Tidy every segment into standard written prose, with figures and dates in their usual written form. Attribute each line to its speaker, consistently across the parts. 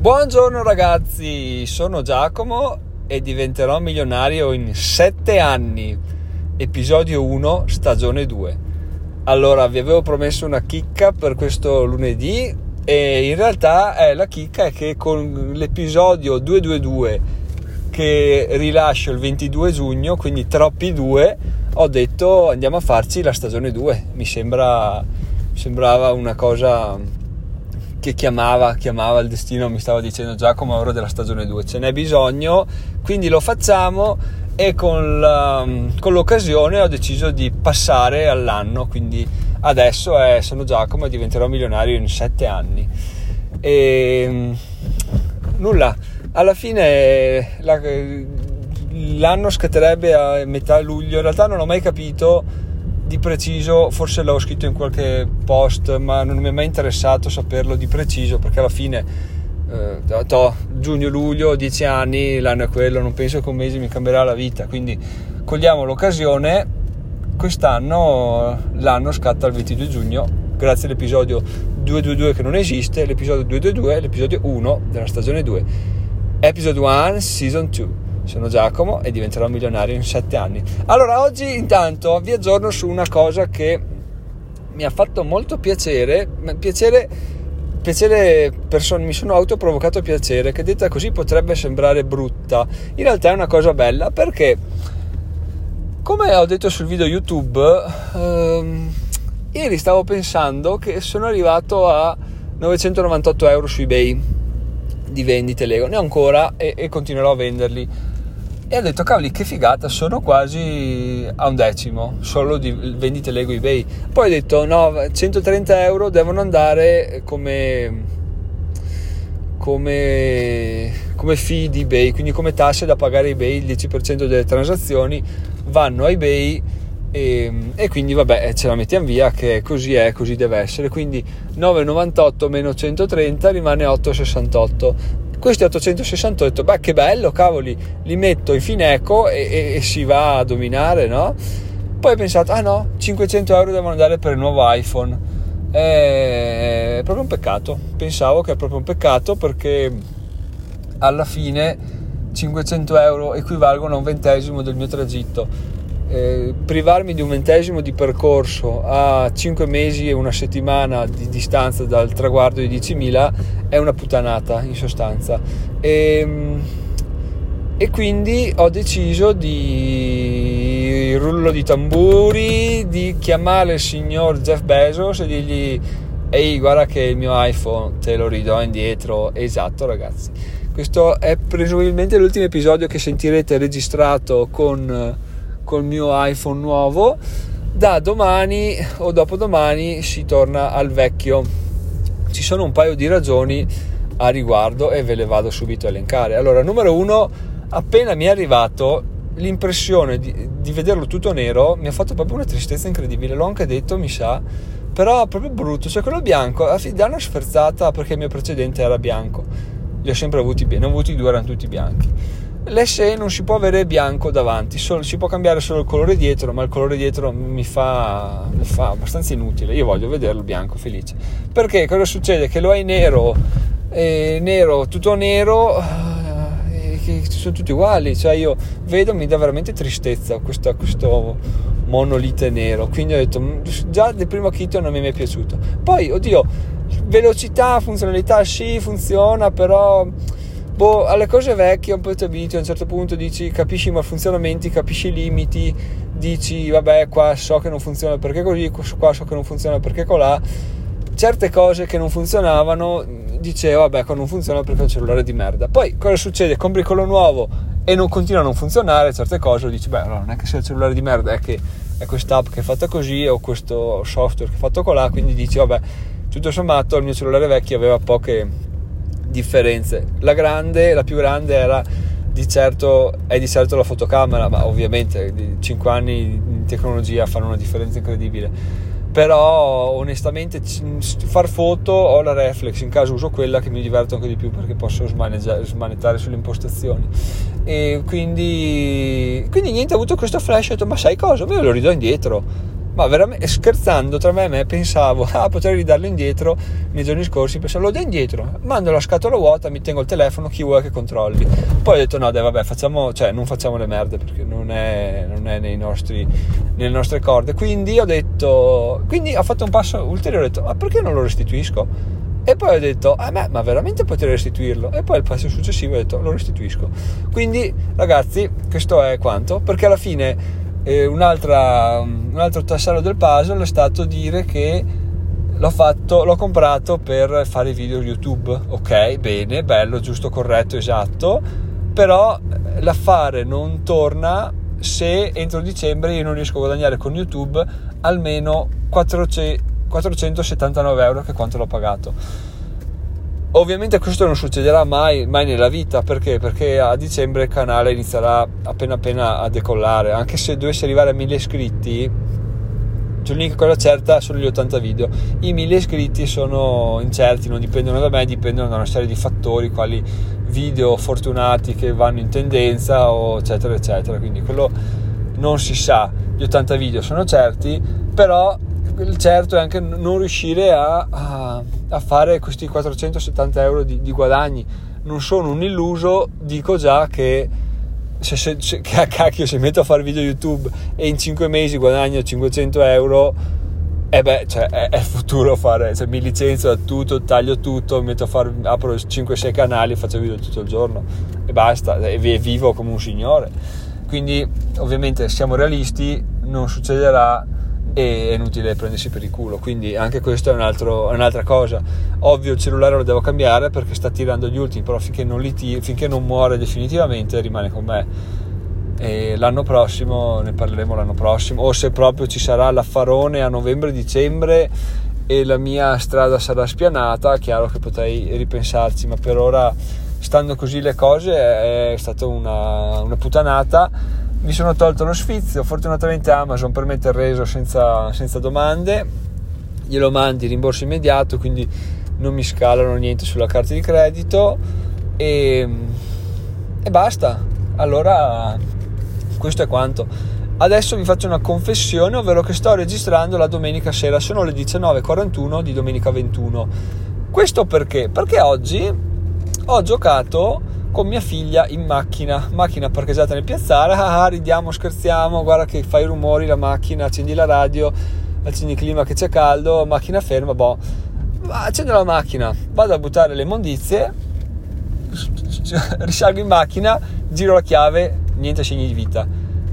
Speaker 1: Buongiorno ragazzi, sono Giacomo e diventerò milionario in 7 anni. Episodio 1, stagione 2. Allora, vi avevo promesso una chicca per questo lunedì e in realtà la chicca è che con l'episodio 222 che rilascio il 22 giugno, quindi troppi due, ho detto andiamo a farci la stagione 2. Mi sembrava una cosa che chiamava il destino, mi stava dicendo Giacomo, ora della stagione 2 ce n'è bisogno, quindi lo facciamo. E con l'occasione ho deciso di passare all'anno, quindi adesso sono Giacomo e diventerò milionario in 7 anni. E nulla, alla fine l'anno scatterebbe a metà luglio. In realtà non ho mai capito di preciso, forse l'avevo scritto in qualche post, ma non mi è mai interessato saperlo di preciso, perché alla fine giugno, luglio, 10 anni, l'anno è quello, non penso che un mese mi cambierà la vita, quindi cogliamo l'occasione. Quest'anno l'anno scatta il 22 giugno grazie all'episodio 222 che non esiste, l'episodio 222 è l'episodio 1 della stagione 2, episode 1 season 2. Sono Giacomo e diventerò milionario in 7 anni. Allora, oggi intanto vi aggiorno su una cosa che mi ha fatto molto piacere, mi sono autoprovocato piacere, che detta così potrebbe sembrare brutta. In realtà è una cosa bella, perché come ho detto sul video YouTube, ieri stavo pensando che sono arrivato a 998 euro su eBay di vendite Lego, ne ho ancora e continuerò a venderli. E ho detto, cavoli, che figata, sono quasi a 1/10 solo di vendite Lego eBay. Poi ho detto, no, 130 euro devono andare come fee di eBay, quindi come tasse da pagare eBay. Il 10% delle transazioni vanno a eBay e quindi vabbè, ce la mettiamo via, che così è, così deve essere. Quindi 9,98 meno 130 rimane 8,68. Questi 860 ho detto, beh, che bello, cavoli, li metto in Fineco e si va a dominare, no? Poi ho pensato, no, 500 euro devono andare per il nuovo iPhone. È proprio un peccato, pensavo che è proprio un peccato, perché alla fine 500 euro equivalgono a 1/20 del mio tragitto. Privarmi di 1/20 di percorso a 5 mesi e una settimana di distanza dal traguardo di 10.000 è una puttanata, in sostanza. E quindi ho deciso di rullo di tamburi, di chiamare il signor Jeff Bezos e dirgli: ehi, guarda che il mio iPhone te lo ridò indietro. Esatto, ragazzi, questo è presumibilmente l'ultimo episodio che sentirete registrato con il mio iPhone nuovo. Da domani o dopodomani si torna al vecchio. Ci sono un paio di ragioni a riguardo e ve le vado subito a elencare. Allora, numero 1, appena mi è arrivato l'impressione di vederlo tutto nero, mi ha fatto proprio una tristezza incredibile. L'ho anche detto, mi sa, però proprio brutto. Cioè, quello bianco, l'hanno sferzata, perché il mio precedente era bianco, li ho sempre avuti bene, ne ho avuti 2, erano tutti bianchi. L'SE non si può avere bianco davanti, si può cambiare solo il colore dietro, ma il colore dietro mi fa abbastanza inutile. Io voglio vederlo bianco, felice. Perché cosa succede? Che lo hai nero, tutto nero, che sono tutti uguali. Cioè, io vedo, mi dà veramente tristezza questo monolite nero. Quindi ho detto, già del primo acchito non mi è mai piaciuto. Poi, oddio, velocità, funzionalità, sì, funziona, però alle cose vecchie un po' ti abitui. A un certo punto dici, capisci i malfunzionamenti, capisci i limiti, dici vabbè, qua so che non funziona perché così, qua so che non funziona perché colà. Certe cose che non funzionavano dicevo, vabbè, qua non funziona perché è un cellulare di merda. Poi cosa succede? Compri quello nuovo e non continua a non funzionare certe cose, dici, beh, allora non è che sia il cellulare di merda, è che è quest'app che è fatta così o questo software che è fatto colà. Quindi dici, vabbè, tutto sommato il mio cellulare vecchio aveva poche differenze. La più grande è di certo la fotocamera, ma ovviamente 5 anni in tecnologia fanno una differenza incredibile. Però onestamente far foto, ho la reflex, in caso uso quella, che mi diverto anche di più perché posso smanettare sulle impostazioni. E quindi niente, ho avuto questo flash, ho detto, ma sai cosa, me lo ridò indietro. ma veramente, scherzando tra me e me, pensavo potrei ridarlo indietro. Nei giorni scorsi pensavo, lo do indietro, mando la scatola vuota, mi tengo il telefono, chi vuole che controlli. Poi ho detto no dai, vabbè, non facciamo le merde, perché non è nelle nostre corde. Quindi ho fatto un passo ulteriore, ho detto, ma perché non lo restituisco? E poi ho detto, ma veramente potrei restituirlo? E poi il passo successivo ho detto, lo restituisco. Quindi ragazzi, questo è quanto, perché alla fine un altro tassello del puzzle è stato dire che l'ho comprato per fare i video YouTube. Ok, bene, bello, giusto, corretto, esatto, però l'affare non torna se entro dicembre io non riesco a guadagnare con YouTube almeno 479 euro, che è quanto l'ho pagato. Ovviamente questo non succederà mai nella vita, perché a dicembre il canale inizierà appena a decollare. Anche se dovessi arrivare a 1000 iscritti, l'unica cosa certa sono gli 80 video. I 1000 iscritti sono incerti, non dipendono da me, dipendono da una serie di fattori, quali video fortunati che vanno in tendenza, o eccetera eccetera. Quindi quello non si sa. Gli 80 video sono certi, però il certo è anche non riuscire a fare questi 470 euro di guadagni. Non sono un illuso, dico già che se metto a fare video YouTube e in 5 mesi guadagno 500 euro, è il futuro fare, mi licenzio da tutto, taglio tutto, apro 5-6 canali, faccio video tutto il giorno e basta, e vivo come un signore. Quindi ovviamente siamo realisti, non succederà, e è inutile prendersi per il culo. Quindi anche questo è un'altra cosa. Ovvio, il cellulare lo devo cambiare perché sta tirando gli ultimi, però finché non muore definitivamente rimane con me, e l'anno prossimo ne parleremo, o se proprio ci sarà l'affarone a novembre-dicembre e la mia strada sarà spianata, chiaro che potrei ripensarci, ma per ora, stando così le cose, è stata una puttanata. Mi sono tolto lo sfizio, fortunatamente Amazon permette il reso senza domande, glielo mandi, rimborso immediato, quindi non mi scalano niente sulla carta di credito, e basta. Allora questo è quanto. Adesso vi faccio una confessione, ovvero che sto registrando la domenica sera, sono le 19:41 di domenica 21. Questo perché oggi ho giocato con mia figlia in macchina parcheggiata nel piazzale. Ridiamo, scherziamo, guarda che fai rumori la macchina, accendi la radio, accendi il clima che c'è caldo, macchina ferma, accendo la macchina, vado a buttare le immondizie, risalgo in macchina, giro la chiave, niente segni di vita.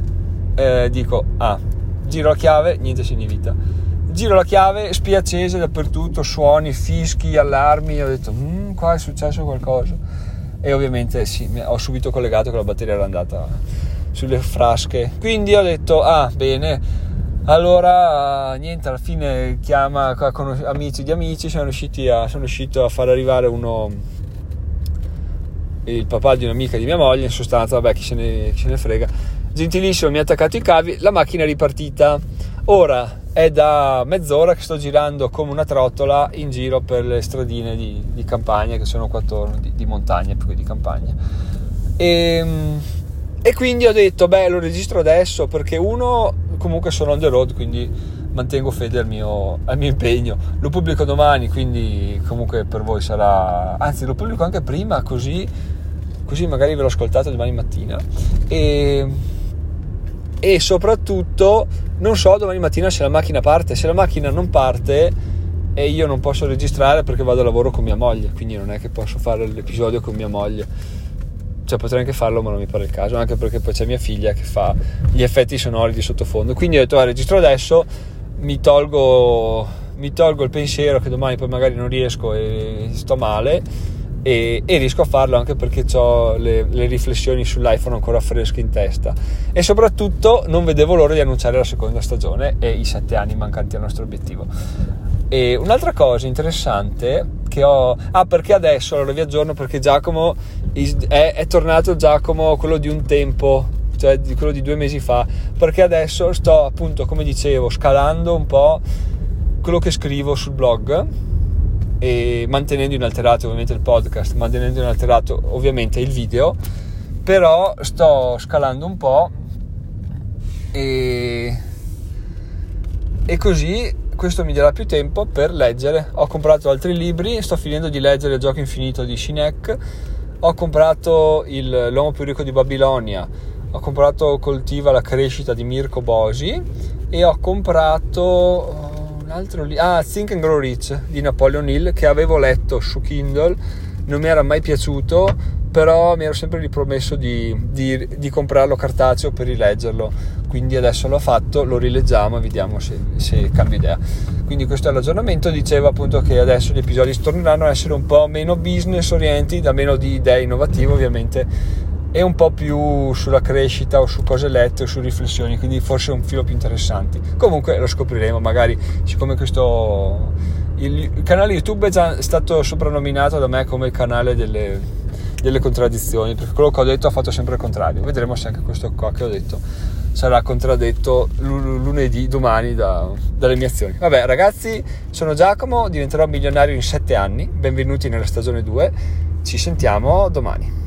Speaker 1: Giro la chiave, niente segni di vita. Giro la chiave, spie accese dappertutto, suoni, fischi, allarmi. Ho detto qua è successo qualcosa, e ovviamente sì, ho subito collegato che la batteria era andata sulle frasche. Quindi ho detto bene, allora niente, alla fine chiama con amici di amici, sono riuscito a far arrivare il papà di un'amica di mia moglie, in sostanza, chi se ne frega, gentilissimo, mi ha attaccato i cavi, la macchina è ripartita. Ora è da mezz'ora che sto girando come una trottola in giro per le stradine di campagna, che sono qua attorno, di montagna più che di campagna, e quindi ho detto lo registro adesso, perché comunque sono on the road, quindi mantengo fede al mio impegno. Lo pubblico domani, quindi comunque per voi sarà, anzi lo pubblico anche prima, così magari ve l'ho ascoltato domani mattina, e soprattutto non so domani mattina se la macchina parte. Se la macchina non parte e io non posso registrare perché vado a lavoro con mia moglie, quindi non è che posso fare l'episodio con mia moglie. Potrei anche farlo, ma non mi pare il caso, anche perché poi c'è mia figlia che fa gli effetti sonori di sottofondo. Quindi ho detto registro adesso, mi tolgo il pensiero che domani poi magari non riesco e sto male, e riesco a farlo anche perché ho le riflessioni sull'iPhone ancora fresche in testa, e soprattutto non vedevo l'ora di annunciare la seconda stagione e i 7 anni mancanti al nostro obiettivo. E un'altra cosa interessante che perché adesso, allora vi aggiorno, perché Giacomo è tornato Giacomo, quello di un tempo, cioè quello di 2 mesi fa, perché adesso sto, appunto, come dicevo, scalando un po' quello che scrivo sul blog e mantenendo inalterato ovviamente il podcast, mantenendo inalterato ovviamente il video, però sto scalando un po' e e così questo mi darà più tempo per leggere. Ho comprato altri libri, sto finendo di leggere Il gioco infinito di Sinek, ho comprato L'uomo più ricco di Babilonia, ho comprato Coltiva la crescita di Mirko Bosi e ho comprato un altro Think and Grow Rich di Napoleon Hill, che avevo letto su Kindle, non mi era mai piaciuto, però mi ero sempre ripromesso di comprarlo cartaceo per rileggerlo, quindi adesso l'ho fatto, lo rileggiamo e vediamo se cambio idea. Quindi questo è l'aggiornamento. Dicevo appunto che adesso gli episodi torneranno a essere un po' meno business orienti, da meno di idee innovative ovviamente, e un po' più sulla crescita o su cose lette o su riflessioni, quindi forse un filo più interessanti. Comunque lo scopriremo, magari, siccome il canale YouTube è già stato soprannominato da me come il canale delle contraddizioni, perché quello che ho detto ha fatto sempre il contrario. Vedremo se anche questo qua che ho detto sarà contraddetto domani dalle mie azioni. Vabbè ragazzi, sono Giacomo, diventerò milionario in 7 anni, benvenuti nella stagione 2, ci sentiamo domani.